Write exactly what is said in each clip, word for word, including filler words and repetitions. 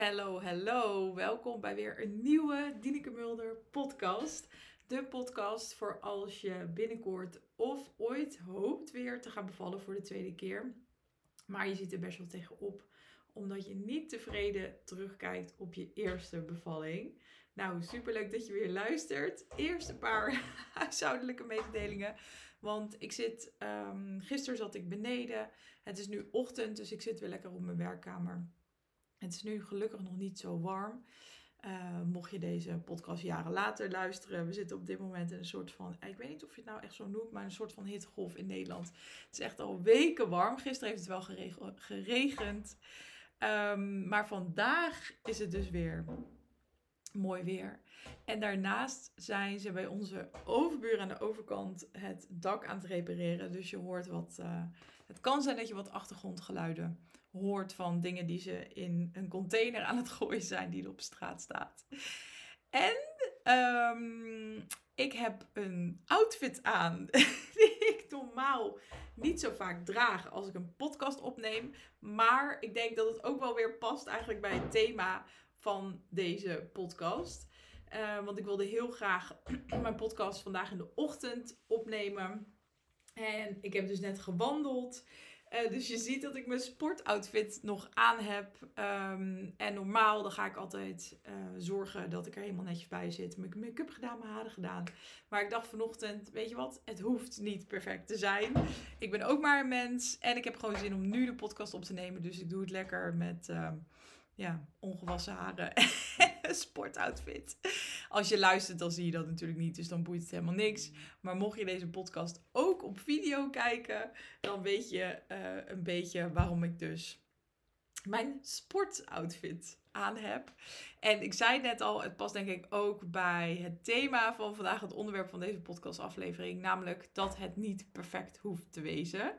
Hallo, hallo. Welkom bij weer een nieuwe Dineke Mulder podcast. De podcast voor als je binnenkort of ooit hoopt weer te gaan bevallen voor de tweede keer. Maar je ziet er best wel tegenop, omdat je niet tevreden terugkijkt op je eerste bevalling. Nou, superleuk dat je weer luistert. Eerst een paar huishoudelijke mededelingen. Want ik zit, um, gisteren zat ik beneden. Het is nu ochtend, dus ik zit weer lekker op mijn werkkamer. Het is nu gelukkig nog niet zo warm. Uh, mocht je deze podcast jaren later luisteren. We zitten op dit moment in een soort van... Ik weet niet of je het nou echt zo noemt, maar een soort van hittegolf in Nederland. Het is echt al weken warm. Gisteren heeft het wel gereg- geregend. Um, maar vandaag is het dus weer mooi weer. En daarnaast zijn ze bij onze overburen aan de overkant het dak aan het repareren. Dus je hoort wat... Uh, het kan zijn dat je wat achtergrondgeluiden hoort van dingen die ze in een container aan het gooien zijn die er op straat staat. En um, ik heb een outfit aan die ik normaal niet zo vaak draag als ik een podcast opneem. Maar ik denk dat het ook wel weer past eigenlijk bij het thema van deze podcast. Uh, want ik wilde heel graag mijn podcast vandaag in de ochtend opnemen. En ik heb dus net gewandeld. Uh, dus je ziet dat ik mijn sportoutfit nog aan heb. Um, en normaal dan ga ik altijd uh, zorgen dat ik er helemaal netjes bij zit. Mijn make-up gedaan, mijn haren gedaan. Maar ik dacht vanochtend, weet je wat? Het hoeft niet perfect te zijn. Ik ben ook maar een mens. En ik heb gewoon zin om nu de podcast op te nemen. Dus ik doe het lekker met uh, ja, ongewassen haren en een sportoutfit. Als je luistert, dan zie je dat natuurlijk niet. Dus dan boeit het helemaal niks. Maar mocht je deze podcast ook op video kijken, dan weet je uh, een beetje waarom ik dus mijn sportoutfit aan heb. En ik zei net al, het past denk ik ook bij het thema van vandaag, het onderwerp van deze podcastaflevering. Namelijk dat het niet perfect hoeft te wezen.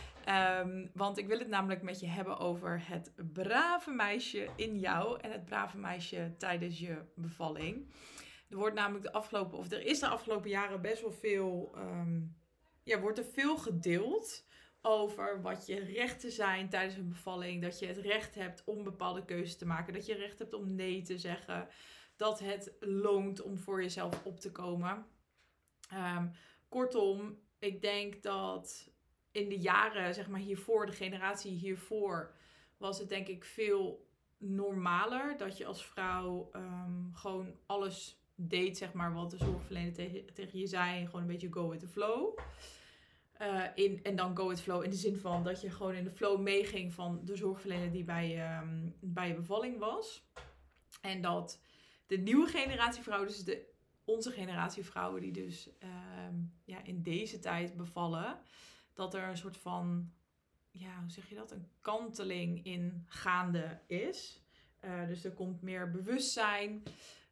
Um, want ik wil het namelijk met je hebben over het brave meisje in jou en het brave meisje tijdens je bevalling. Er wordt namelijk de afgelopen, of er is de afgelopen jaren best wel veel, um, ja, wordt er veel gedeeld over wat je rechten zijn tijdens een bevalling. Dat je het recht hebt om bepaalde keuzes te maken. Dat je recht hebt om nee te zeggen. Dat het loont om voor jezelf op te komen. Um, kortom, ik denk dat in de jaren, zeg maar hiervoor, de generatie hiervoor, was het denk ik veel normaler. Dat je als vrouw um, gewoon alles deed, zeg maar, wat de zorgverlener tegen, tegen je zei. Gewoon een beetje go with the flow. Uh, in, en dan go with flow in de zin van dat je gewoon in de flow meeging van de zorgverlener die bij, um, bij je bevalling was. En dat de nieuwe generatie vrouwen, dus de, onze generatie vrouwen die dus um, ja, in deze tijd bevallen, dat er een soort van, ja, hoe zeg je dat, een kanteling in gaande is. Uh, dus er komt meer bewustzijn.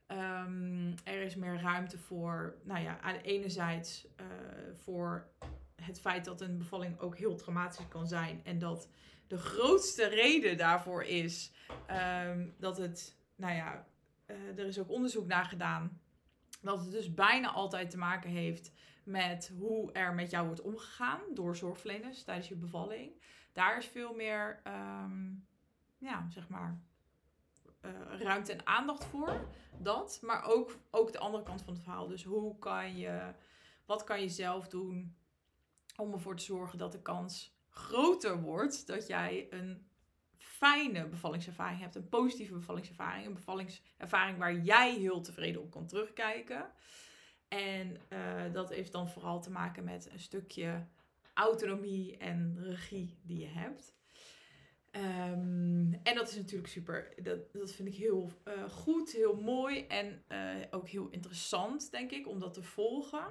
Um, er is meer ruimte voor, nou ja, aan de ene zijde uh, voor het feit dat een bevalling ook heel traumatisch kan zijn. En dat de grootste reden daarvoor is um, dat het, nou ja, uh, er is ook onderzoek naar gedaan. Dat het dus bijna altijd te maken heeft met hoe er met jou wordt omgegaan door zorgverleners tijdens je bevalling. Daar is veel meer, um, ja, zeg maar, uh, ruimte en aandacht voor. Dat, maar ook, ook de andere kant van het verhaal. Dus hoe kan je, wat kan je zelf doen om ervoor te zorgen dat de kans groter wordt dat jij een fijne bevallingservaring hebt. Een positieve bevallingservaring. Een bevallingservaring waar jij heel tevreden op kan terugkijken. En uh, dat heeft dan vooral te maken met een stukje autonomie en regie die je hebt. Um, en dat is natuurlijk super, dat, dat vind ik heel uh, goed, heel mooi en uh, ook heel interessant, denk ik, om dat te volgen.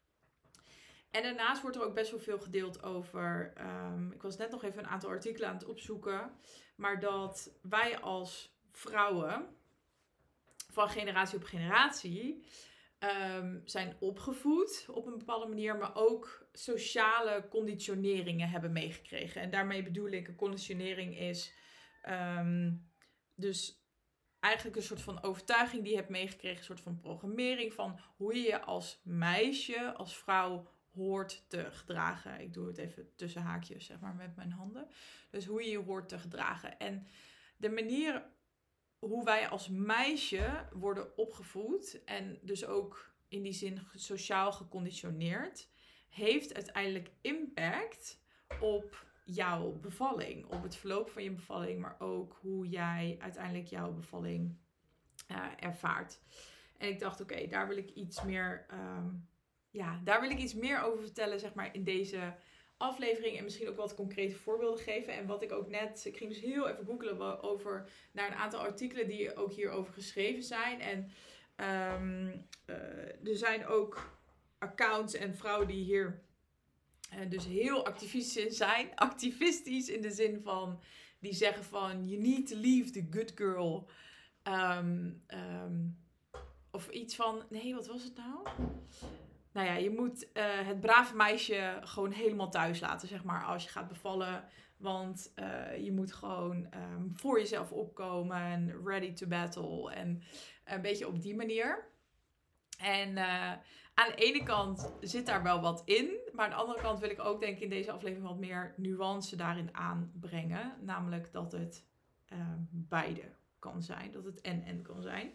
En daarnaast wordt er ook best wel veel gedeeld over, um, ik was net nog even een aantal artikelen aan het opzoeken, maar dat wij als vrouwen van generatie op generatie um, zijn opgevoed op een bepaalde manier, maar ook sociale conditioneringen hebben meegekregen. En daarmee bedoel ik, een conditionering is um, dus eigenlijk een soort van overtuiging die je hebt meegekregen, een soort van programmering van hoe je je als meisje, als vrouw hoort te gedragen. Ik doe het even tussen haakjes, zeg maar, met mijn handen. Dus hoe je je hoort te gedragen. En de manier hoe wij als meisje worden opgevoed en dus ook in die zin sociaal geconditioneerd, heeft uiteindelijk impact op jouw bevalling, op het verloop van je bevalling, maar ook hoe jij uiteindelijk jouw bevalling uh, ervaart. En ik dacht, oké, okay, daar wil ik iets meer, um, ja, daar wil ik iets meer over vertellen, zeg maar, in deze aflevering en misschien ook wat concrete voorbeelden geven. En wat ik ook net, ik ging dus heel even googlen over naar een aantal artikelen die ook hierover geschreven zijn. En um, uh, er zijn ook accounts en vrouwen die hier uh, dus heel activistisch in zijn. Activistisch in de zin van, die zeggen van, you need to leave the good girl. Um, um, of iets van, nee, wat was het nou? Nou ja, je moet uh, het brave meisje gewoon helemaal thuis laten, zeg maar, als je gaat bevallen. Want uh, je moet gewoon um, voor jezelf opkomen en ready to battle. En een beetje op die manier. En uh, aan de ene kant zit daar wel wat in. Maar aan de andere kant wil ik ook, denk ik, in deze aflevering wat meer nuance daarin aanbrengen. Namelijk dat het uh, beide kan zijn. Dat het en-en kan zijn.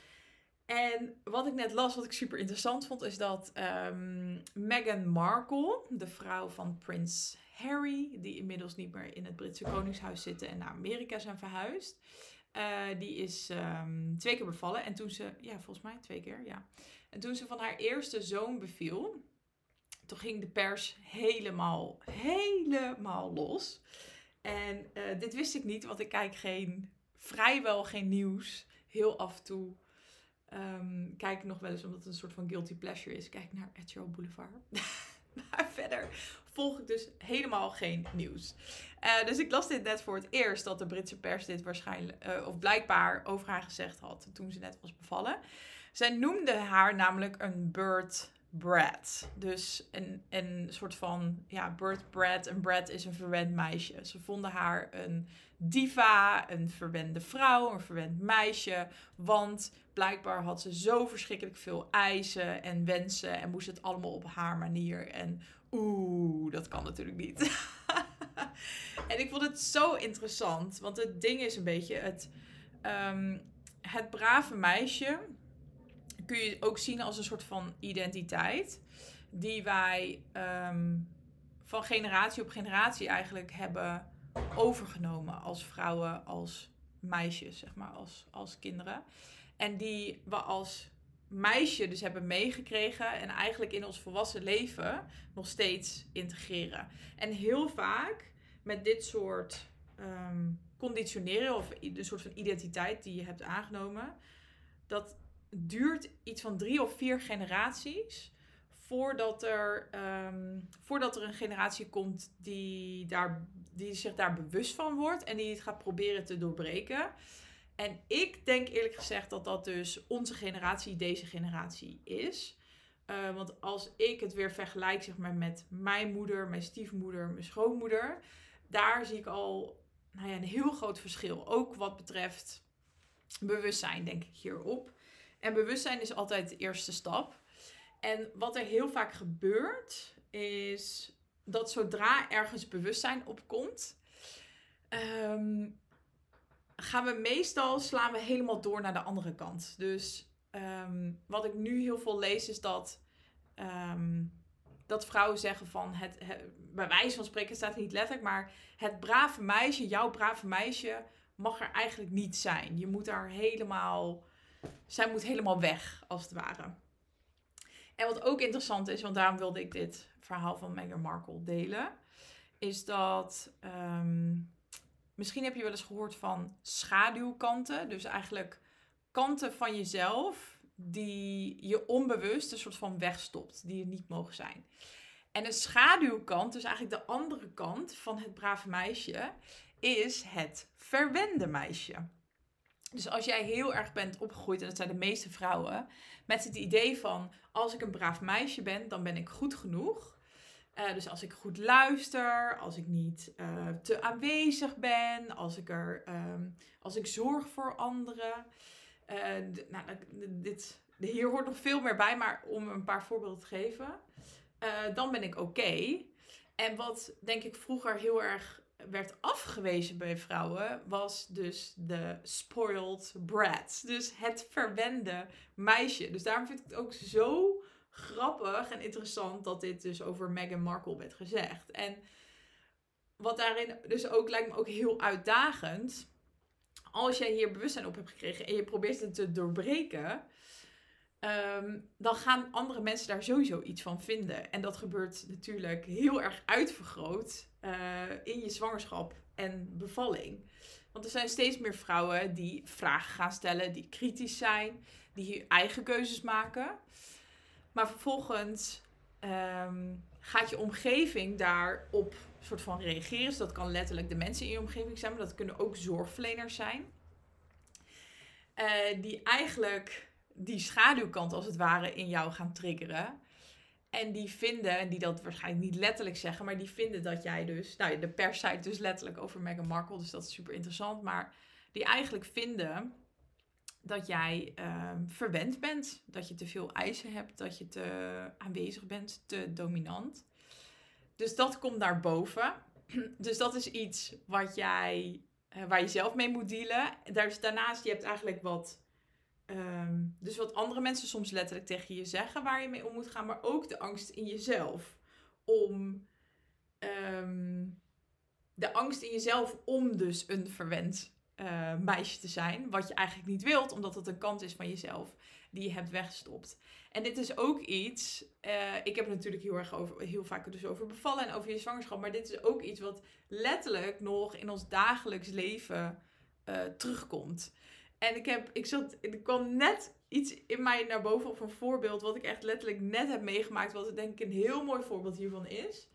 En wat ik net las, wat ik super interessant vond, is dat um, Meghan Markle, de vrouw van prins Harry, die inmiddels niet meer in het Britse Koningshuis zitten en naar Amerika zijn verhuisd, uh, die is um, twee keer bevallen. En toen ze, ja, volgens mij twee keer, ja. En toen ze van haar eerste zoon beviel, toen ging de pers helemaal, helemaal los. En uh, dit wist ik niet, want ik kijk geen, vrijwel geen nieuws, heel af en toe. Um, kijk ik nog wel eens, omdat het een soort van guilty pleasure is. Kijk naar Ed Sheeran Boulevard. Maar verder volg ik dus helemaal geen nieuws. Uh, dus ik las dit net voor het eerst dat de Britse pers dit waarschijnlijk, uh, of blijkbaar over haar gezegd had toen ze net was bevallen. Zij noemde haar namelijk een bird brat. Dus een, een soort van, ja, bird brat. Een brat is een verwend meisje. Ze vonden haar een diva, een verwende vrouw, een verwend meisje. Want blijkbaar had ze zo verschrikkelijk veel eisen en wensen en moest het allemaal op haar manier. En oeh, dat kan natuurlijk niet. En ik vond het zo interessant, want het ding is een beetje het, um, het brave meisje kun je ook zien als een soort van identiteit die wij um, van generatie op generatie eigenlijk hebben overgenomen als vrouwen, als meisjes, zeg maar, als, als kinderen. En die we als meisje dus hebben meegekregen en eigenlijk in ons volwassen leven nog steeds integreren. En heel vaak met dit soort um, conditioneren of een soort van identiteit die je hebt aangenomen, dat duurt iets van drie of vier generaties voordat er, um, voordat er een generatie komt die, daar, die zich daar bewust van wordt en die het gaat proberen te doorbreken. En ik denk eerlijk gezegd dat dat dus onze generatie, deze generatie is. Uh, want als ik het weer vergelijk, zeg maar, met mijn moeder, mijn stiefmoeder, mijn schoonmoeder, daar zie ik al, nou ja, een heel groot verschil. Ook wat betreft bewustzijn, denk ik hierop. En bewustzijn is altijd de eerste stap. En wat er heel vaak gebeurt, is dat zodra ergens bewustzijn opkomt, um, gaan we meestal, slaan we helemaal door naar de andere kant. Dus um, wat ik nu heel veel lees is dat, um, dat vrouwen zeggen van, het, het, bij wijze van spreken staat het niet letterlijk, maar het brave meisje, jouw brave meisje, mag er eigenlijk niet zijn. Je moet daar helemaal, zij moet helemaal weg, als het ware. En wat ook interessant is, want daarom wilde ik dit verhaal van Meghan Markle delen, is dat, um, misschien heb je wel eens gehoord van schaduwkanten. Dus eigenlijk kanten van jezelf die je onbewust een soort van wegstopt, die er niet mogen zijn. En een schaduwkant, dus eigenlijk de andere kant van het brave meisje, is het verwende meisje. Dus als jij heel erg bent opgegroeid, en dat zijn de meeste vrouwen, met het idee van, als ik een braaf meisje ben, dan ben ik goed genoeg. Uh, dus als ik goed luister, als ik niet uh, te aanwezig ben, als ik, er, um, als ik zorg voor anderen. Uh, d- nou, dit, hier hoort nog veel meer bij, maar om een paar voorbeelden te geven. Uh, dan ben ik oké. Okay. En wat denk ik vroeger heel erg werd afgewezen bij vrouwen, was dus de spoiled brat. Dus het verwende meisje. Dus daarom vind ik het ook zo grappig en interessant dat dit dus over Meghan Markle werd gezegd. En wat daarin dus ook lijkt me ook heel uitdagend. Als jij hier bewustzijn op hebt gekregen en je probeert het te doorbreken, um, dan gaan andere mensen daar sowieso iets van vinden. En dat gebeurt natuurlijk heel erg uitvergroot uh, in je zwangerschap en bevalling. Want er zijn steeds meer vrouwen die vragen gaan stellen, die kritisch zijn, die hun eigen keuzes maken. Maar vervolgens um, gaat je omgeving daarop soort van reageren. Dus dat kan letterlijk de mensen in je omgeving zijn, maar dat kunnen ook zorgverleners zijn. Uh, die eigenlijk die schaduwkant als het ware in jou gaan triggeren. En die vinden, en die dat waarschijnlijk niet letterlijk zeggen, maar die vinden dat jij dus, nou de pers zei het dus letterlijk over Meghan Markle, dus dat is super interessant. Maar die eigenlijk vinden dat jij uh, verwend bent, dat je te veel eisen hebt, dat je te aanwezig bent, te dominant. Dus dat komt naar boven. Dus dat is iets wat jij, uh, waar je zelf mee moet dealen. Daar, daarnaast, je hebt eigenlijk wat, um, dus wat andere mensen soms letterlijk tegen je zeggen waar je mee om moet gaan. Maar ook de angst in jezelf. Om, um, de angst in jezelf om dus een verwend uh, meisje te zijn. Wat je eigenlijk niet wilt, omdat het een kant is van jezelf die je hebt weggestopt. En dit is ook iets, uh, ik heb het natuurlijk heel erg over, heel vaak dus over bevallen en over je zwangerschap, maar dit is ook iets wat letterlijk nog in ons dagelijks leven uh, terugkomt. En ik heb, ik zat, er kwam net iets in mij naar boven op een voorbeeld wat ik echt letterlijk net heb meegemaakt, wat denk ik een heel mooi voorbeeld hiervan is.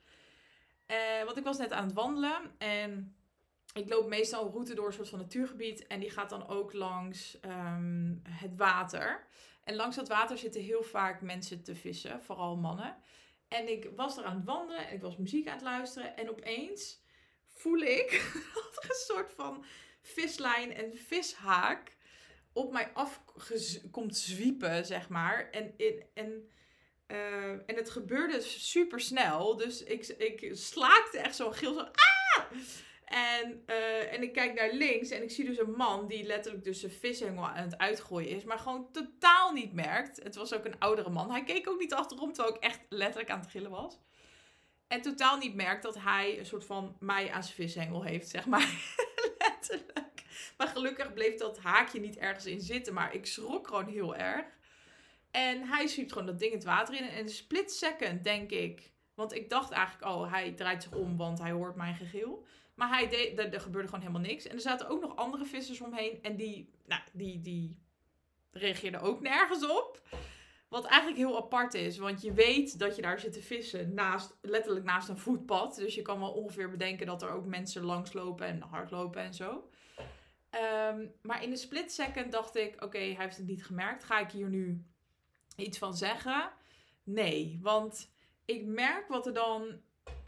Uh, want ik was net aan het wandelen en ik loop meestal een route door een soort van natuurgebied en die gaat dan ook langs um, het water. En langs dat water zitten heel vaak mensen te vissen, vooral mannen. En ik was er aan het wandelen en ik was muziek aan het luisteren. En opeens voel ik dat er een soort van vislijn en vishaak op mij af komt zwiepen, zeg maar. En, in, en, uh, en het gebeurde super snel. Dus ik, ik slaakte echt zo'n gil, zo ah! En, uh, en ik kijk naar links en ik zie dus een man die letterlijk dus zijn vishengel aan het uitgooien is. Maar gewoon totaal niet merkt. Het was ook een oudere man. Hij keek ook niet achterom, terwijl ik echt letterlijk aan het gillen was. En totaal niet merkt dat hij een soort van mij aan zijn vishengel heeft, zeg maar. Letterlijk. Maar gelukkig bleef dat haakje niet ergens in zitten. Maar ik schrok gewoon heel erg. En hij zwiept gewoon dat ding het water in. En in een split second denk ik. Want ik dacht eigenlijk, oh, hij draait zich om, want hij hoort mijn gegil. Maar hij deed, er, er gebeurde gewoon helemaal niks. En er zaten ook nog andere vissers omheen. En die, nou, die, die reageerden ook nergens op. Wat eigenlijk heel apart is. Want je weet dat je daar zit te vissen. Naast, letterlijk naast een voetpad. Dus je kan wel ongeveer bedenken dat er ook mensen langslopen en hardlopen en zo. Um, maar in een split second dacht ik, oké, okay, hij heeft het niet gemerkt. Ga ik hier nu iets van zeggen? Nee, want ik merk wat er dan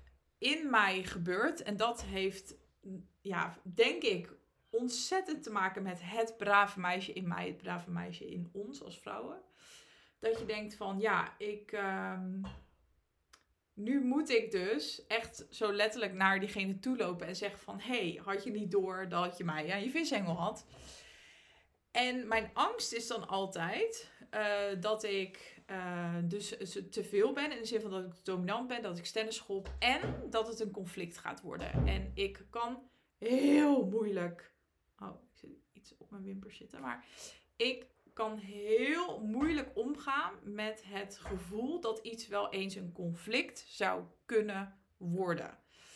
in mij gebeurt. En dat heeft, ja, denk ik, ontzettend te maken met het brave meisje in mij. Het brave meisje in ons als vrouwen. Dat je denkt van, ja, ik... Um, nu moet ik dus echt zo letterlijk naar diegene toe lopen en zeggen van, hey, had je niet door dat je mij aan je vishengel had? En mijn angst is dan altijd uh, dat ik uh, dus te veel ben. In de zin van dat ik dominant ben, dat ik stennis schop. En dat het een conflict gaat worden. En ik kan heel moeilijk... Oh, ik zit iets op mijn wimpers zitten. Maar ik kan heel moeilijk omgaan met het gevoel dat iets wel eens een conflict zou kunnen worden.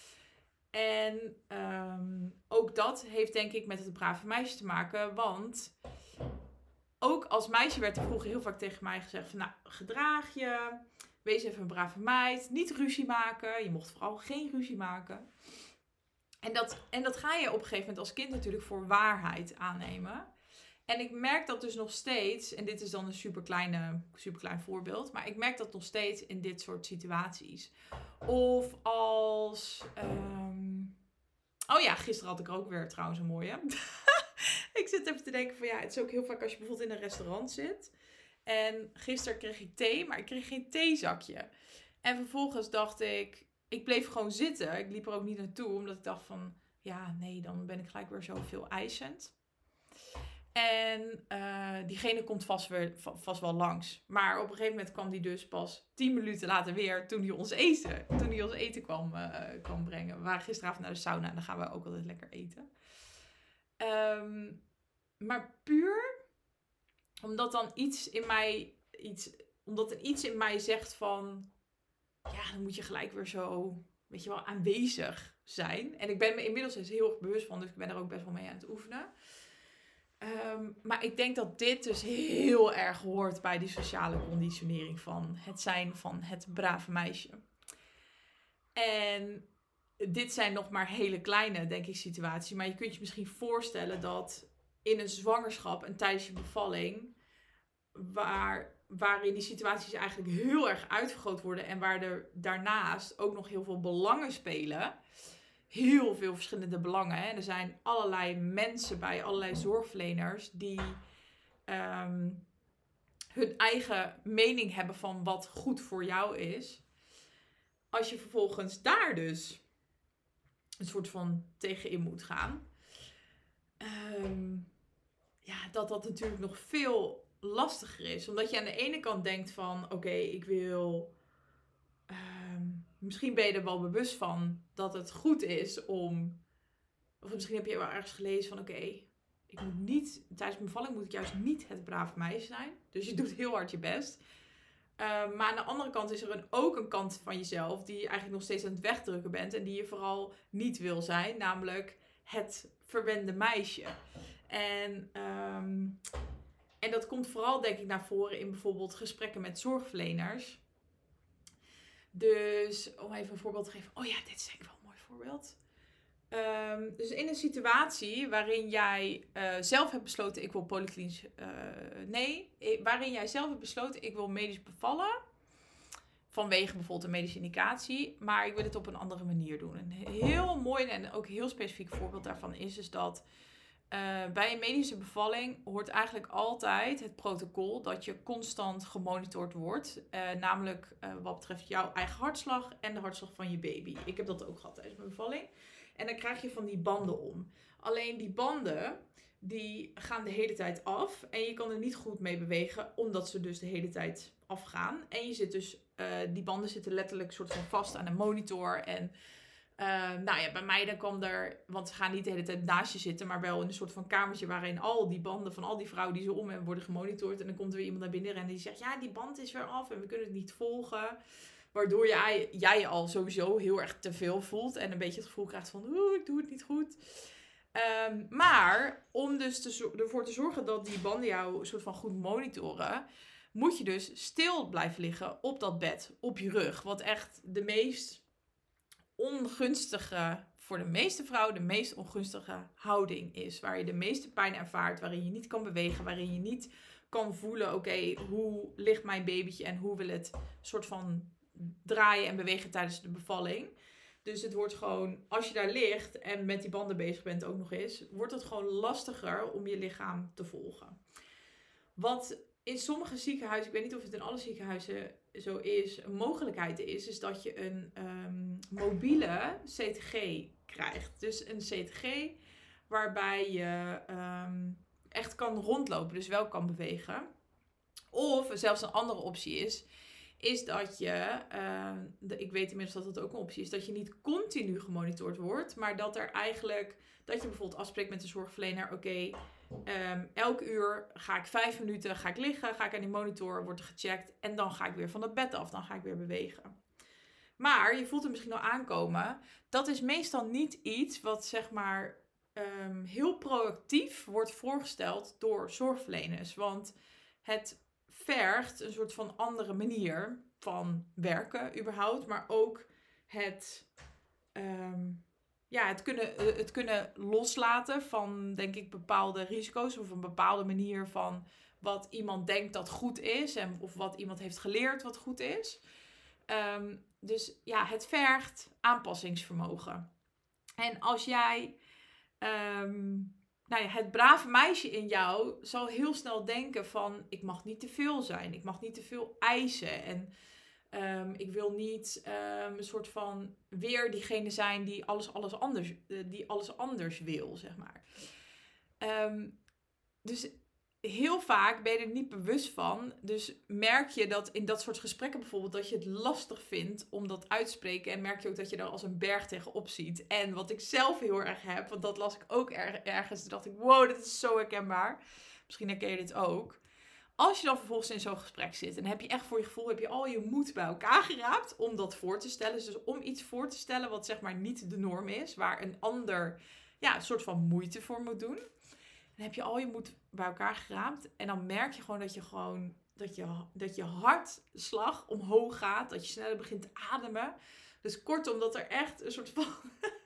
En um, ook dat heeft denk ik met het brave meisje te maken. Want ook als meisje werd er vroeger heel vaak tegen mij gezegd van, nou, gedraag je, wees even een brave meid, niet ruzie maken. Je mocht vooral geen ruzie maken. En dat, en dat ga je op een gegeven moment als kind natuurlijk voor waarheid aannemen. En ik merk dat dus nog steeds, en dit is dan een super kleine, super klein voorbeeld, maar ik merk dat nog steeds in dit soort situaties. Of als, um... oh ja, gisteren had ik er ook weer trouwens een mooie. Ik zit even te denken van ja, het is ook heel vaak als je bijvoorbeeld in een restaurant zit. En gisteren kreeg ik thee, maar ik kreeg geen theezakje. En vervolgens dacht ik, ik bleef gewoon zitten. Ik liep er ook niet naartoe, omdat ik dacht van, ja, nee, dan ben ik gelijk weer zoveel eisend. En uh, diegene komt vast, weer, vast wel langs. Maar op een gegeven moment kwam die dus pas tien minuten later weer, toen hij ons eten, toen hij ons eten kwam, uh, kwam brengen. We waren gisteravond naar de sauna en dan gaan we ook altijd lekker eten. Um, maar puur omdat dan iets in mij, iets, omdat er iets in mij zegt van, ja, dan moet je gelijk weer zo, weet je wel, aanwezig zijn. En ik ben me inmiddels dus heel erg bewust van, dus ik ben er ook best wel mee aan het oefenen. Um, maar ik denk dat dit dus heel erg hoort bij die sociale conditionering van het zijn van het brave meisje. En dit zijn nog maar hele kleine, denk ik, situaties. Maar je kunt je misschien voorstellen dat in een zwangerschap en tijdens je bevalling, waar, waarin die situaties eigenlijk heel erg uitvergroot worden en waar er daarnaast ook nog heel veel belangen spelen. Heel veel verschillende belangen. Hè. Er zijn allerlei mensen bij, allerlei zorgverleners die um, hun eigen mening hebben van wat goed voor jou is. Als je vervolgens daar dus een soort van tegenin moet gaan. Um, ja, dat dat natuurlijk nog veel lastiger is. Omdat je aan de ene kant denkt van, oké, okay, ik wil... Um, misschien ben je er wel bewust van dat het goed is om... Of misschien heb je wel ergens gelezen van, oké, okay, ik moet niet... Tijdens mijn bevalling moet ik juist niet het brave meisje zijn. Dus je doet heel hard je best. Uh, maar aan de andere kant is er een, ook een kant van jezelf die je eigenlijk nog steeds aan het wegdrukken bent. En die je vooral niet wil zijn. Namelijk het verwende meisje. En, um, en dat komt vooral, denk ik, naar voren in bijvoorbeeld gesprekken met zorgverleners. Dus, om even een voorbeeld te geven. Oh ja, dit is denk ik wel een mooi voorbeeld. Um, dus in een situatie waarin jij uh, zelf hebt besloten, ik wil polyklinisch... Uh, nee, waarin jij zelf hebt besloten, ik wil medisch bevallen. Vanwege bijvoorbeeld een medische indicatie. Maar ik wil het op een andere manier doen. Een heel mooi en ook heel specifiek voorbeeld daarvan is dus dat... Uh, bij een medische bevalling hoort eigenlijk altijd het protocol dat je constant gemonitord wordt. Uh, namelijk uh, wat betreft jouw eigen hartslag en de hartslag van je baby. Ik heb dat ook gehad tijdens mijn bevalling. En dan krijg je van die banden om. Alleen die banden, die gaan de hele tijd af. En je kan er niet goed mee bewegen, omdat ze dus de hele tijd afgaan. En je zit dus, uh, die banden zitten letterlijk soort van vast aan een monitor. En uh, nou ja, bij mij dan kwam er, want ze gaan niet de hele tijd naast je zitten, maar wel in een soort van kamertje waarin al die banden van al die vrouwen die ze om hebben worden gemonitord. En dan komt er weer iemand naar binnen rennen die zegt, ja, die band is weer af en we kunnen het niet volgen. Waardoor jij, jij al sowieso heel erg te veel voelt en een beetje het gevoel krijgt van, oeh, ik doe het niet goed. Um, maar om dus te, ervoor te zorgen dat die banden jou een soort van goed monitoren, moet je dus stil blijven liggen op dat bed, op je rug. Wat echt de meest ongunstige, voor de meeste vrouwen, de meest ongunstige houding is. Waar je de meeste pijn ervaart, waarin je niet kan bewegen, waarin je niet kan voelen, oké, okay, hoe ligt mijn babytje en hoe wil het soort van draaien en bewegen tijdens de bevalling. Dus het wordt gewoon, als je daar ligt en met die banden bezig bent ook nog eens, wordt het gewoon lastiger om je lichaam te volgen. Wat in sommige ziekenhuizen, ik weet niet of het in alle ziekenhuizen zo is, een mogelijkheid is, is dat je een um, mobiele C T G krijgt. Dus een C T G waarbij je um, echt kan rondlopen, dus wel kan bewegen. Of zelfs een andere optie is, is dat je, uh, de, ik weet inmiddels dat dat ook een optie is, dat je niet continu gemonitord wordt, maar dat er eigenlijk, dat je bijvoorbeeld afspreekt met de zorgverlener, oké, okay, um, elk uur ga ik vijf minuten, ga ik liggen, ga ik aan die monitor, wordt er gecheckt en dan ga ik weer van het bed af, dan ga ik weer bewegen. Maar, je voelt het misschien al aankomen, dat is meestal niet iets wat zeg maar um, heel proactief wordt voorgesteld door zorgverleners, want het vergt een soort van andere manier van werken überhaupt, maar ook het, um, ja, het, kunnen, het kunnen loslaten van, denk ik, bepaalde risico's of een bepaalde manier van wat iemand denkt dat goed is en of wat iemand heeft geleerd wat goed is. Um, dus ja, het vergt aanpassingsvermogen. En als jij um, nou ja, het brave meisje in jou zal heel snel denken van, ik mag niet te veel zijn, ik mag niet te veel eisen. En Um, ik wil niet um, een soort van weer diegene zijn die alles, alles, anders, uh, die alles anders wil, zeg maar. Um, dus heel vaak ben je er niet bewust van. Dus merk je dat in dat soort gesprekken bijvoorbeeld, dat je het lastig vindt om dat uit te spreken. En merk je ook dat je er als een berg tegenop ziet. En wat ik zelf heel erg heb, want dat las ik ook er- ergens. Toen dacht ik, wow, dit is zo herkenbaar. Misschien herken je dit ook. Als je dan vervolgens in zo'n gesprek zit en heb je echt voor je gevoel, heb je al je moed bij elkaar geraapt om dat voor te stellen. Dus om iets voor te stellen wat zeg maar niet de norm is, waar een ander ja, een soort van moeite voor moet doen. Dan heb je al je moed bij elkaar geraapt en dan merk je gewoon dat je gewoon, dat je, dat je hartslag omhoog gaat, dat je sneller begint te ademen. Dus kortom, dat er echt een soort van...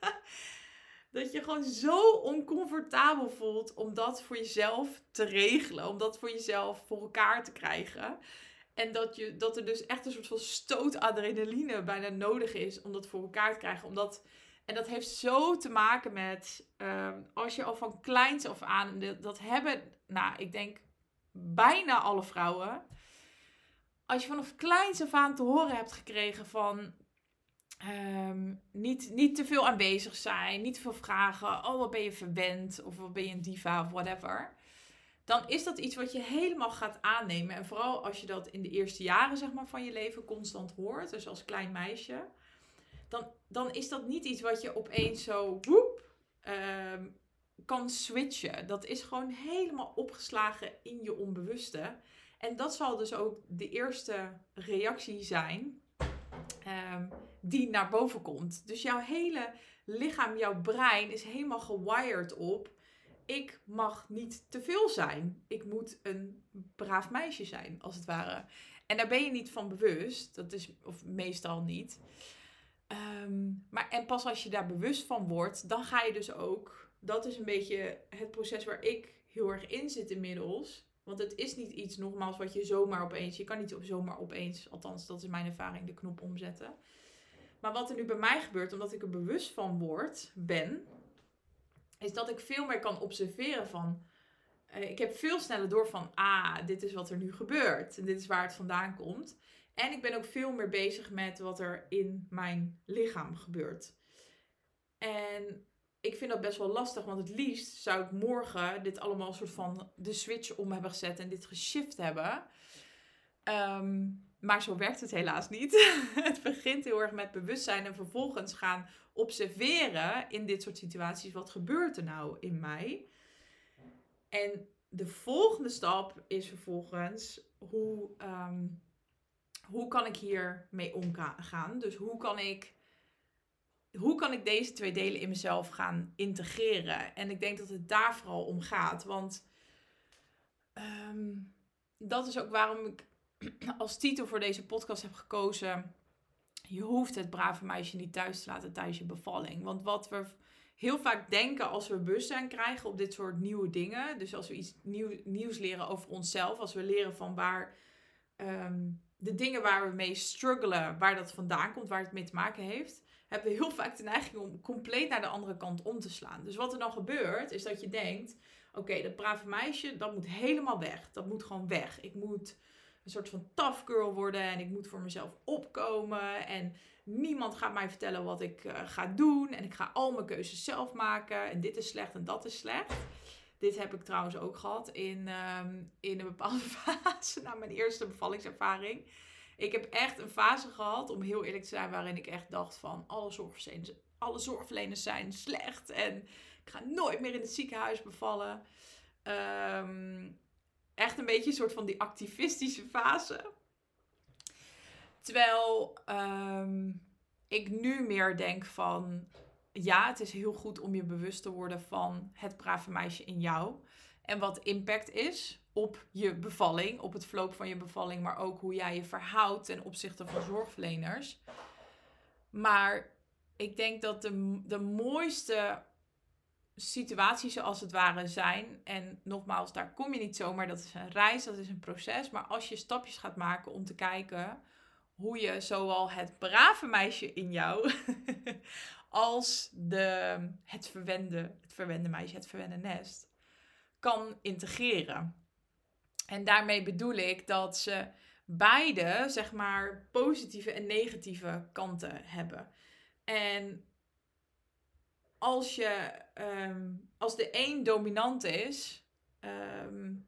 dat je gewoon zo oncomfortabel voelt om dat voor jezelf te regelen. Om dat voor jezelf voor elkaar te krijgen. En dat, je, dat er dus echt een soort van stoot adrenaline bijna nodig is om dat voor elkaar te krijgen. Omdat, en dat heeft zo te maken met, uh, als je al van kleins af aan, dat hebben, nou ik denk bijna alle vrouwen. Als je vanaf kleins af aan te horen hebt gekregen van... Um, niet, niet te veel aanwezig zijn, niet te veel vragen, oh wat ben je verwend of wat ben je een diva of whatever. Dan is dat iets wat je helemaal gaat aannemen. En vooral als je dat in de eerste jaren zeg maar, van je leven constant hoort, dus als klein meisje. Dan, dan is dat niet iets wat je opeens zo woep, um, kan switchen. Dat is gewoon helemaal opgeslagen in je onbewuste. En dat zal dus ook de eerste reactie zijn... Um, die naar boven komt. Dus jouw hele lichaam, jouw brein is helemaal gewired op... ik mag niet te veel zijn. Ik moet een braaf meisje zijn, als het ware. En daar ben je niet van bewust. Dat is, of meestal niet. Um, maar en pas als je daar bewust van wordt, dan ga je dus ook... Dat is een beetje het proces waar ik heel erg in zit inmiddels... Want het is niet iets, nogmaals, wat je zomaar opeens... Je kan niet zomaar opeens, althans dat is mijn ervaring, de knop omzetten. Maar wat er nu bij mij gebeurt, omdat ik er bewust van word, ben... Is dat ik veel meer kan observeren van... Uh, ik heb veel sneller door van, ah, dit is wat er nu gebeurt. En dit is waar het vandaan komt. En ik ben ook veel meer bezig met wat er in mijn lichaam gebeurt. En... Ik vind dat best wel lastig, want het liefst zou ik morgen dit allemaal een soort van de switch om hebben gezet en dit geshift hebben. Um, maar zo werkt het helaas niet. Het begint heel erg met bewustzijn en vervolgens gaan observeren in dit soort situaties. Wat gebeurt er nou in mij? En de volgende stap is vervolgens hoe, um, hoe kan ik hier mee omgaan? Dus hoe kan ik... Hoe kan ik deze twee delen in mezelf gaan integreren? En ik denk dat het daar vooral om gaat. Want um, dat is ook waarom ik als titel voor deze podcast heb gekozen... Je hoeft het brave meisje niet thuis te laten tijdens je bevalling. Want wat we heel vaak denken als we bewustzijn krijgen op dit soort nieuwe dingen... Dus als we iets nieuw, nieuws leren over onszelf... Als we leren van waar... Um, de dingen waar we mee struggelen, waar dat vandaan komt, waar het mee te maken heeft... hebben we heel vaak de neiging om compleet naar de andere kant om te slaan. Dus wat er dan gebeurt, is dat je denkt... Oké, okay, dat brave meisje, dat moet helemaal weg. Dat moet gewoon weg. Ik moet een soort van tough girl worden en ik moet voor mezelf opkomen. En niemand gaat mij vertellen wat ik uh, ga doen. En ik ga al mijn keuzes zelf maken. En dit is slecht en dat is slecht. Dit heb ik trouwens ook gehad in, um, in een bepaalde fase na mijn eerste bevallingservaring. Ik heb echt een fase gehad, om heel eerlijk te zijn, waarin ik echt dacht van alle zorgverleners, alle zorgverleners zijn slecht en ik ga nooit meer in het ziekenhuis bevallen. Um, echt een beetje een soort van die activistische fase. Terwijl um, ik nu meer denk van, ja, het is heel goed om je bewust te worden van het brave meisje in jou. En wat impact is op je bevalling, op het verloop van je bevalling, maar ook hoe jij je verhoudt ten opzichte van zorgverleners. Maar ik denk dat de, de mooiste situaties als het ware zijn, en nogmaals, daar kom je niet zomaar, dat is een reis, dat is een proces, maar als je stapjes gaat maken om te kijken hoe je zowel het brave meisje in jou als de, het, verwende, het verwende meisje, het verwende nest, kan integreren. En daarmee bedoel ik dat ze beide, zeg maar, positieve en negatieve kanten hebben. En als je, um, als de een dominant is, um,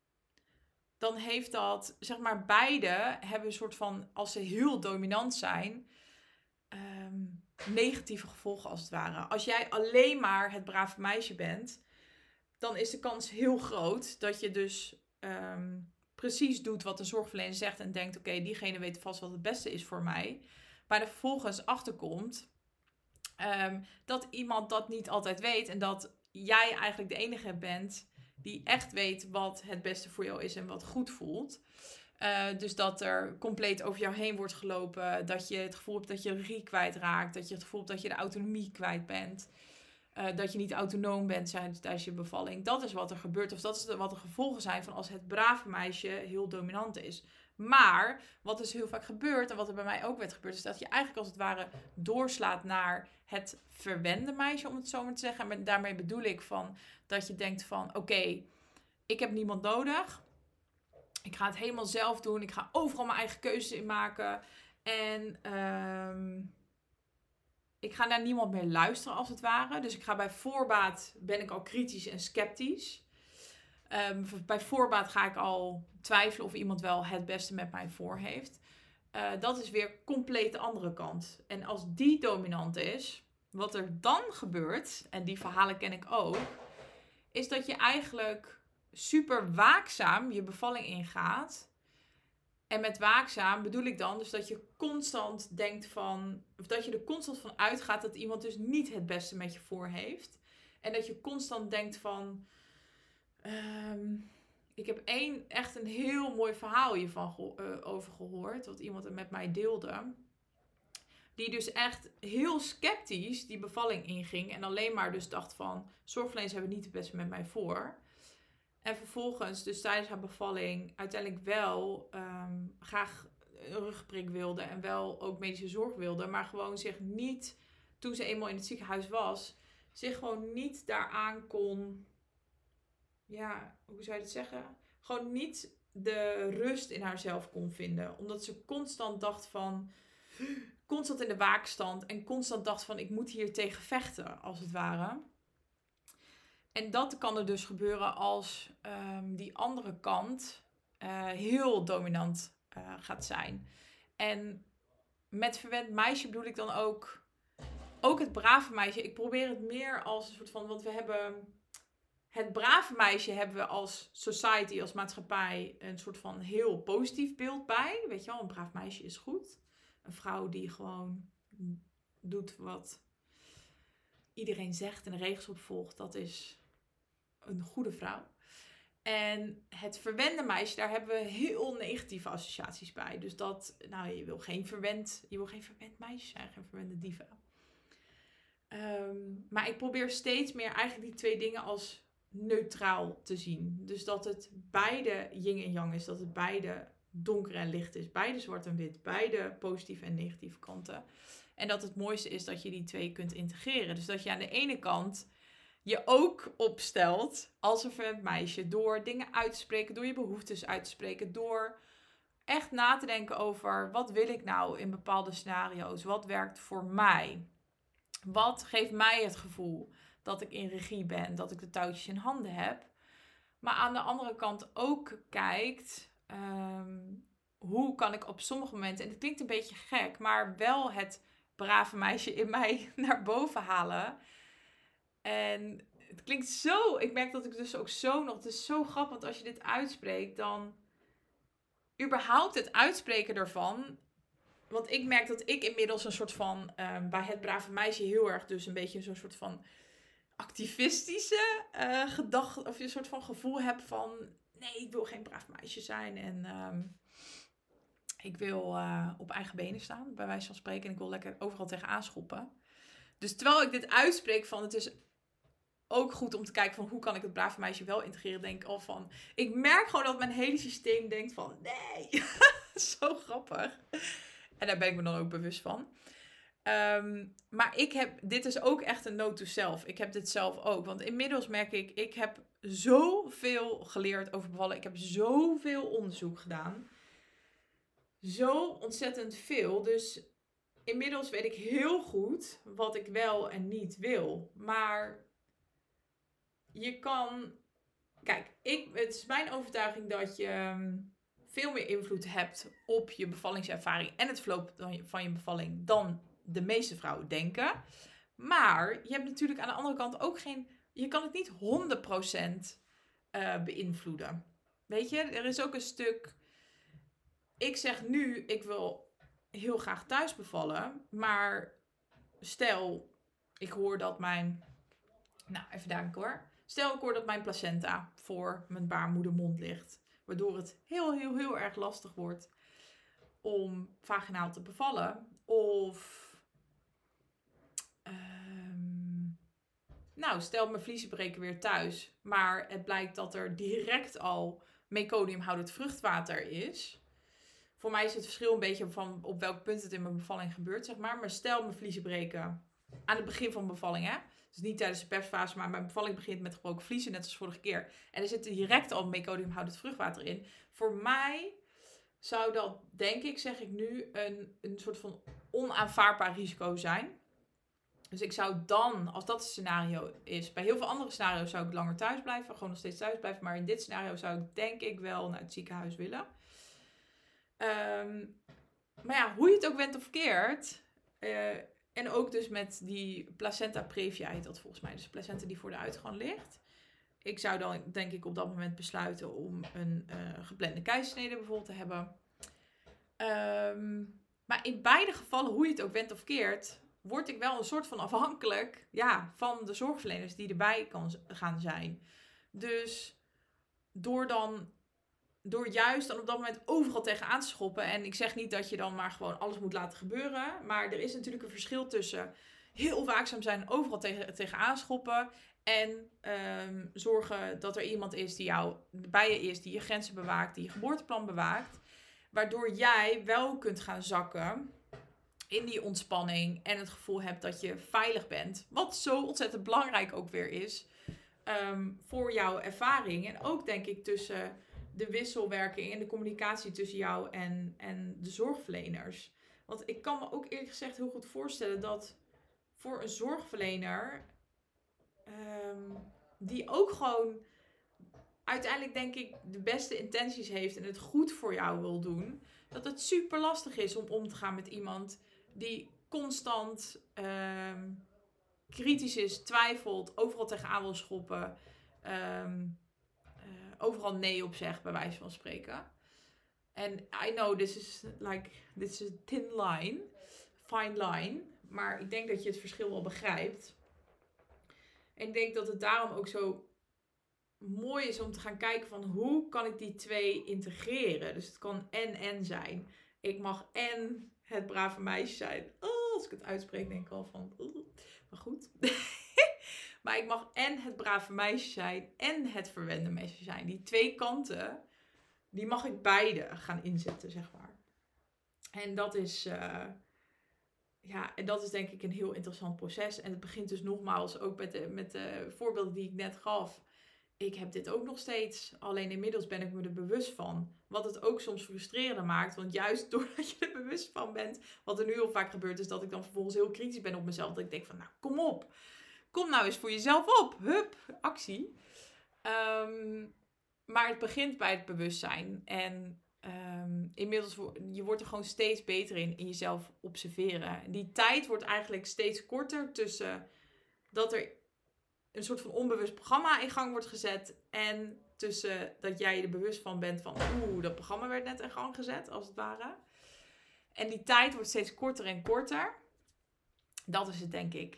dan heeft dat, zeg maar, beide hebben een soort van, als ze heel dominant zijn, um, negatieve gevolgen als het ware. Als jij alleen maar het brave meisje bent, dan is de kans heel groot dat je dus um, precies doet wat de zorgverlener zegt en denkt, oké, okay, diegene weet vast wat het beste is voor mij. Maar er vervolgens achterkomt um, dat iemand dat niet altijd weet en dat jij eigenlijk de enige bent die echt weet wat het beste voor jou is en wat goed voelt. Uh, dus dat er compleet over jou heen wordt gelopen, dat je het gevoel hebt dat je regie kwijtraakt, dat je het gevoel hebt dat je de autonomie kwijt bent. Uh, dat je niet autonoom bent tijdens je bevalling. Dat is wat er gebeurt. Of dat is wat de gevolgen zijn van als het brave meisje heel dominant is. Maar wat dus heel vaak gebeurt, en wat er bij mij ook werd gebeurd, is dat je eigenlijk als het ware doorslaat naar het verwende meisje, om het zo maar te zeggen. En daarmee bedoel ik van dat je denkt van, oké, okay, ik heb niemand nodig. Ik ga het helemaal zelf doen. Ik ga overal mijn eigen keuzes in maken. En Um, ik ga naar niemand meer luisteren als het ware. Dus ik ga bij voorbaat, ben ik al kritisch en sceptisch. Um, bij voorbaat ga ik al twijfelen of iemand wel het beste met mij voor heeft. Uh, dat is weer compleet de andere kant. En als die dominant is, wat er dan gebeurt, en die verhalen ken ik ook, is dat je eigenlijk super waakzaam je bevalling ingaat. En met waakzaam bedoel ik dan dus dat je constant denkt van, of dat je er constant van uitgaat dat iemand dus niet het beste met je voor heeft. En dat je constant denkt van, um, ik heb één echt een heel mooi verhaal hiervan ge- uh, over gehoord, wat iemand er met mij deelde. Die dus echt heel sceptisch die bevalling inging en alleen maar dus dacht van, zorgverleners hebben niet het beste met mij voor. En vervolgens, dus tijdens haar bevalling, uiteindelijk wel um, graag een rugprik wilde en wel ook medische zorg wilde. Maar gewoon zich niet, toen ze eenmaal in het ziekenhuis was, zich gewoon niet daaraan kon, ja, hoe zou je het zeggen? Gewoon niet de rust in haarzelf kon vinden. Omdat ze constant dacht van, constant in de waakstand en constant dacht van, ik moet hier tegen vechten, als het ware. En dat kan er dus gebeuren als um, die andere kant uh, heel dominant uh, gaat zijn. En met verwend meisje bedoel ik dan ook, ook het brave meisje. Ik probeer het meer als een soort van, want we hebben het brave meisje hebben we als society, als maatschappij een soort van heel positief beeld bij. Weet je wel, een braaf meisje is goed. Een vrouw die gewoon doet wat iedereen zegt en de regels opvolgt, dat is een goede vrouw. En het verwende meisje, daar hebben we heel negatieve associaties bij. Dus dat, nou, je wil geen verwend, je wil geen verwend meisje zijn, geen verwende diva. Um, maar ik probeer steeds meer eigenlijk die twee dingen als neutraal te zien. Dus dat het beide yin en yang is, dat het beide donker en licht is, beide zwart en wit, beide positieve en negatieve kanten. En dat het mooiste is dat je die twee kunt integreren. Dus dat je aan de ene kant je ook opstelt als een verwend meisje door dingen uit te spreken, door je behoeftes uit te spreken, door echt na te denken over wat wil ik nou in bepaalde scenario's, wat werkt voor mij, wat geeft mij het gevoel dat ik in regie ben, dat ik de touwtjes in handen heb, maar aan de andere kant ook kijkt, um, hoe kan ik op sommige momenten, en het klinkt een beetje gek, maar wel het brave meisje in mij naar boven halen. En het klinkt zo, ik merk dat ik dus ook zo nog, het is zo grappig, want als je dit uitspreekt, dan überhaupt het uitspreken ervan, want ik merk dat ik inmiddels een soort van, um, bij het brave meisje heel erg dus een beetje zo'n soort van activistische uh, gedachte, of een soort van gevoel heb van, nee, ik wil geen braaf meisje zijn en um, ik wil uh, op eigen benen staan, bij wijze van spreken, en ik wil lekker overal tegenaan schoppen. Dus terwijl ik dit uitspreek van, het is ook goed om te kijken van hoe kan ik het brave meisje wel integreren, denk ik al van, ik merk gewoon dat mijn hele systeem denkt van, nee, zo grappig. En daar ben ik me dan ook bewust van. Um, maar ik heb, dit is ook echt een note to self. Ik heb dit zelf ook. Want inmiddels merk ik, ik heb zoveel geleerd over bevallen. Ik heb zoveel onderzoek gedaan. zo ontzettend veel. Dus inmiddels weet ik heel goed wat ik wel en niet wil. Maar je kan... Kijk, ik, het is mijn overtuiging dat je veel meer invloed hebt op je bevallingservaring en het verloop van je bevalling dan de meeste vrouwen denken. Maar je hebt natuurlijk aan de andere kant ook geen... Je kan het niet honderd procent uh, beïnvloeden. Weet je, er is ook een stuk... Ik zeg nu, ik wil heel graag thuis bevallen. Maar stel, ik hoor dat mijn... Nou, even denken hoor. Stel, ik hoor dat mijn placenta voor mijn baarmoedermond ligt. Waardoor het heel, heel, heel erg lastig wordt om vaginaal te bevallen. Of... Um, nou, stel mijn vliezen breken weer thuis. Maar het blijkt dat er direct al meconiumhoudend vruchtwater is. Voor mij is het verschil een beetje van op welk punt het in mijn bevalling gebeurt, zeg maar. Maar stel mijn vliezen breken aan het begin van mijn bevalling, hè. Dus niet tijdens de persfase, maar mijn bevalling begint met gebroken vliezen, net als vorige keer. En er zit direct al meconiumhoudend vruchtwater in. Voor mij zou dat, denk ik, zeg ik nu, een, een soort van onaanvaardbaar risico zijn. Dus ik zou dan, als dat het scenario is... Bij heel veel andere scenario's zou ik langer thuis blijven. Gewoon nog steeds thuis blijven. Maar in dit scenario zou ik denk ik wel naar het ziekenhuis willen. Um, maar ja, hoe je het ook went of keert... Uh, en ook dus met die placenta previa heet dat volgens mij. Dus de placenta die voor de uitgang ligt. Ik zou dan denk ik op dat moment besluiten om een uh, geplande keizersnede bijvoorbeeld te hebben. Um, maar in beide gevallen, hoe je het ook went of keert... word ik wel een soort van afhankelijk ja, van de zorgverleners die erbij kan gaan zijn. Dus door dan, door juist dan op dat moment overal tegenaan te schoppen. En ik zeg niet dat je dan maar gewoon alles moet laten gebeuren. Maar er is natuurlijk een verschil tussen heel waakzaam zijn en overal tegen, tegenaan schoppen. En um, zorgen dat er iemand is die jou bij je is, die je grenzen bewaakt, die je geboorteplan bewaakt. Waardoor jij wel kunt gaan zakken in die ontspanning en het gevoel hebt dat je veilig bent. Wat zo ontzettend belangrijk ook weer is um, voor jouw ervaring. En ook denk ik tussen de wisselwerking en de communicatie tussen jou en, en de zorgverleners. Want ik kan me ook eerlijk gezegd heel goed voorstellen dat voor een zorgverlener um, die ook gewoon uiteindelijk denk ik de beste intenties heeft en het goed voor jou wil doen, dat het super lastig is om om te gaan met iemand die constant um, kritisch is, twijfelt, overal tegenaan wil schoppen, um, uh, overal nee op zegt, bij wijze van spreken. En I know this is like, this is a thin line, fine line, maar ik denk dat je het verschil wel begrijpt. En ik denk dat het daarom ook zo mooi is om te gaan kijken van hoe kan ik die twee integreren. Dus het kan en-en zijn. Ik mag en het brave meisje zijn. Oh, als ik het uitspreek denk ik al van... Oh, maar goed. Maar ik mag en het brave meisje zijn en het verwende meisje zijn. Die twee kanten, die mag ik beide gaan inzetten, zeg maar. En dat is... Uh, ja, en dat is denk ik een heel interessant proces. En het begint dus nogmaals ook met de, met de voorbeelden die ik net gaf. Ik heb dit ook nog steeds. Alleen inmiddels ben ik me er bewust van. Wat het ook soms frustrerender maakt. Want juist doordat je er bewust van bent. Wat er nu heel vaak gebeurt. Is dat ik dan vervolgens heel kritisch ben op mezelf. Dat ik denk van nou kom op. Kom nou eens voor jezelf op. Hup, actie. Um, maar het begint bij het bewustzijn. En um, inmiddels je wordt er gewoon steeds beter in. In jezelf observeren. En die tijd wordt eigenlijk steeds korter. Tussen dat er een soort van onbewust programma in gang wordt gezet. En tussen dat jij je er bewust van bent van... Oeh, dat programma werd net in gang gezet, als het ware. En die tijd wordt steeds korter en korter. Dat is het, denk ik.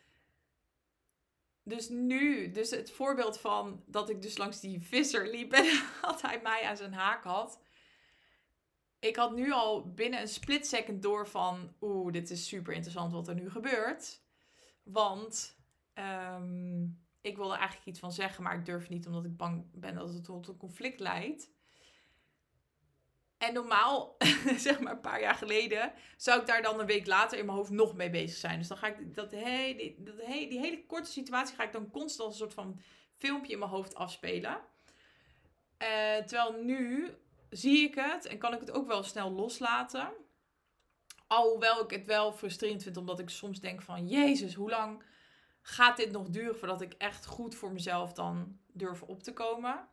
Dus nu, dus het voorbeeld van dat ik dus langs die visser liep... en dat hij mij aan zijn haak had. Ik had nu al binnen een split second door van... Oeh, dit is super interessant wat er nu gebeurt. Want... Um, ik wilde eigenlijk iets van zeggen, maar ik durf niet omdat ik bang ben dat het tot een conflict leidt. En normaal, zeg maar een paar jaar geleden, zou ik daar dan een week later in mijn hoofd nog mee bezig zijn. Dus dan ga ik dat, hey, die, dat hey, die hele korte situatie ga ik dan constant een soort van filmpje in mijn hoofd afspelen. Uh, terwijl nu zie ik het en kan ik het ook wel snel loslaten. Alhoewel ik het wel frustrerend vind, omdat ik soms denk van, Jezus, hoe lang gaat dit nog duren voordat ik echt goed voor mezelf dan durf op te komen?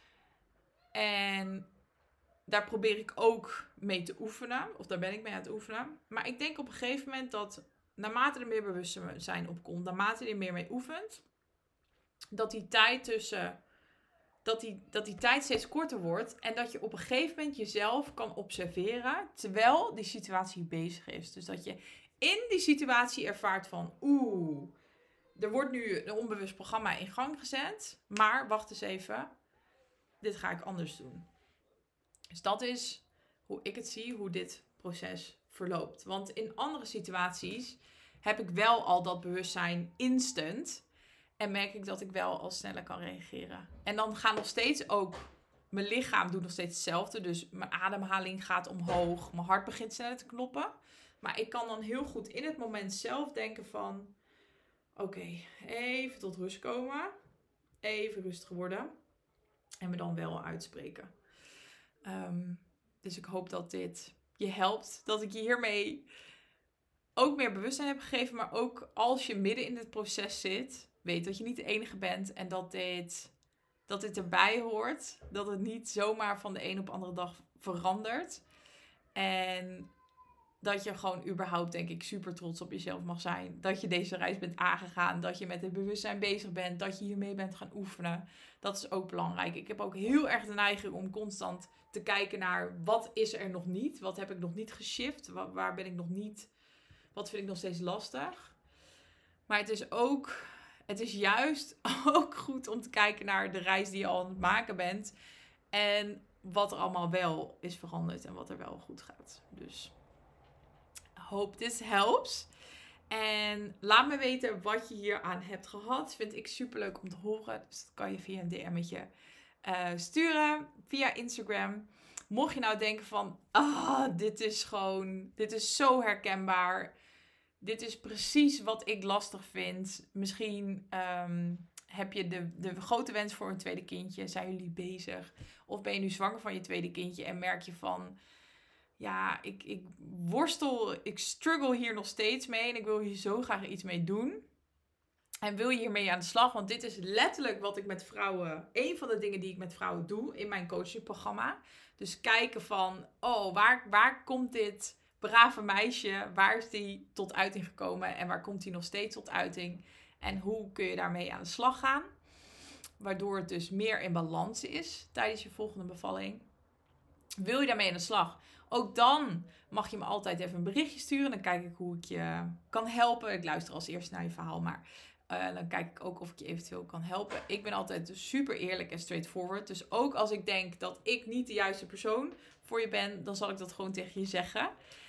En daar probeer ik ook mee te oefenen. Of daar ben ik mee aan het oefenen. Maar ik denk op een gegeven moment dat naarmate er meer bewustzijn opkomt, naarmate je er meer mee oefent, dat die tijd tussen, dat die, dat die tijd steeds korter wordt. En dat je op een gegeven moment jezelf kan observeren terwijl die situatie bezig is. Dus dat je in die situatie ervaart van, oeh, er wordt nu een onbewust programma in gang gezet. Maar wacht eens even, dit ga ik anders doen. Dus dat is hoe ik het zie, hoe dit proces verloopt. Want in andere situaties heb ik wel al dat bewustzijn instant. En merk ik dat ik wel al sneller kan reageren. En dan gaat nog steeds ook, mijn lichaam doet nog steeds hetzelfde. Dus mijn ademhaling gaat omhoog. Mijn hart begint sneller te kloppen. Maar ik kan dan heel goed in het moment zelf denken van, oké, okay, even tot rust komen. Even rustig worden. En me dan wel uitspreken. Um, dus ik hoop dat dit je helpt. Dat ik je hiermee ook meer bewustzijn heb gegeven. Maar ook als je midden in het proces zit, weet dat je niet de enige bent. En dat dit, dat dit erbij hoort. Dat het niet zomaar van de een op de andere dag verandert. En dat je gewoon überhaupt, denk ik, super trots op jezelf mag zijn. Dat je deze reis bent aangegaan. Dat je met het bewustzijn bezig bent. Dat je hiermee bent gaan oefenen. Dat is ook belangrijk. Ik heb ook heel erg de neiging om constant te kijken naar, wat is er nog niet? Wat heb ik nog niet geshift? Waar, waar ben ik nog niet? Wat vind ik nog steeds lastig? Maar het is ook, het is juist ook goed om te kijken naar de reis die je al aan het maken bent. En wat er allemaal wel is veranderd en wat er wel goed gaat. Dus hope this helps. En laat me weten wat je hier aan hebt gehad. Vind ik super leuk om te horen. Dus dat kan je via een D M'tje uh, sturen. Via Instagram. Mocht je nou denken van, ah, dit is gewoon, dit is zo herkenbaar. Dit is precies wat ik lastig vind. Misschien um, heb je de, de grote wens voor een tweede kindje. Zijn jullie bezig? Of ben je nu zwanger van je tweede kindje en merk je van, ja, ik, ik worstel, ik struggle hier nog steeds mee en ik wil hier zo graag iets mee doen. En wil je hiermee aan de slag? Want dit is letterlijk wat ik met vrouwen, een van de dingen die ik met vrouwen doe in mijn coachingprogramma. Dus kijken van, oh, waar, waar komt dit brave meisje, waar is die tot uiting gekomen en waar komt die nog steeds tot uiting? En hoe kun je daarmee aan de slag gaan? Waardoor het dus meer in balans is tijdens je volgende bevalling. Wil je daarmee aan de slag? Ook dan mag je me altijd even een berichtje sturen. Dan kijk ik hoe ik je kan helpen. Ik luister als eerste naar je verhaal, maar uh, dan kijk ik ook of ik je eventueel kan helpen. Ik ben altijd super eerlijk en straightforward. Dus ook als ik denk dat ik niet de juiste persoon voor je ben, dan zal ik dat gewoon tegen je zeggen.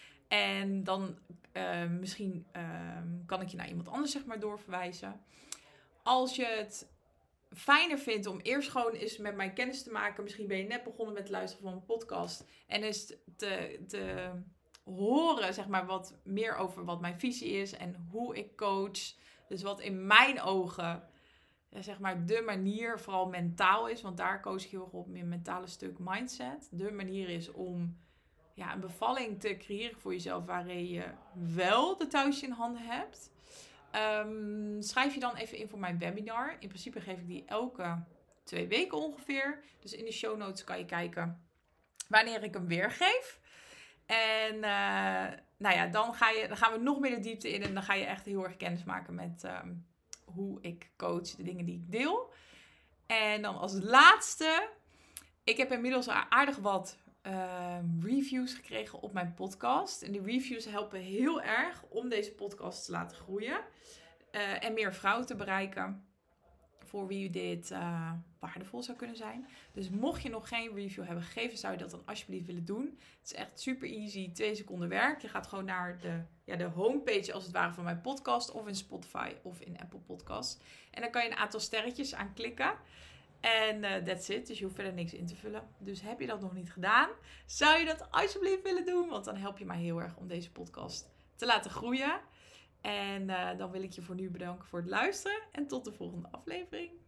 En dan uh, misschien uh, kan ik je naar iemand anders zeg maar doorverwijzen. Als je het fijner vindt om eerst gewoon eens met mij kennis te maken. Misschien ben je net begonnen met het luisteren van mijn podcast. En eens te, te horen, zeg maar, wat meer over wat mijn visie is. En hoe ik coach. Dus wat in mijn ogen, ja, zeg maar, de manier vooral mentaal is. Want daar coach ik heel erg op, in mentale stuk mindset. De manier is om, ja, een bevalling te creëren voor jezelf waarin je wel de touwtjes in handen hebt. Um, schrijf je dan even in voor mijn webinar. In principe geef ik die elke twee weken ongeveer. Dus in de show notes kan je kijken wanneer ik hem weer geef. En uh, nou ja, dan, ga je, dan gaan we nog meer de diepte in. En dan ga je echt heel erg kennis maken met um, hoe ik coach, de dingen die ik deel. En dan als laatste, ik heb inmiddels aardig wat Uh, reviews gekregen op mijn podcast. En die reviews helpen heel erg om deze podcast te laten groeien. Uh, en meer vrouwen te bereiken. Voor wie dit uh, waardevol zou kunnen zijn. Dus mocht je nog geen review hebben gegeven, zou je dat dan alsjeblieft willen doen. Het is echt super easy. Twee seconden werk. Je gaat gewoon naar de, ja, de homepage als het ware van mijn podcast. Of in Spotify of in Apple Podcasts. En dan kan je een aantal sterretjes aanklikken. En uh, that's it. Dus je hoeft verder niks in te vullen. Dus heb je dat nog niet gedaan, zou je dat alsjeblieft willen doen. Want dan help je mij heel erg om deze podcast te laten groeien. En uh, dan wil ik je voor nu bedanken voor het luisteren. En tot de volgende aflevering.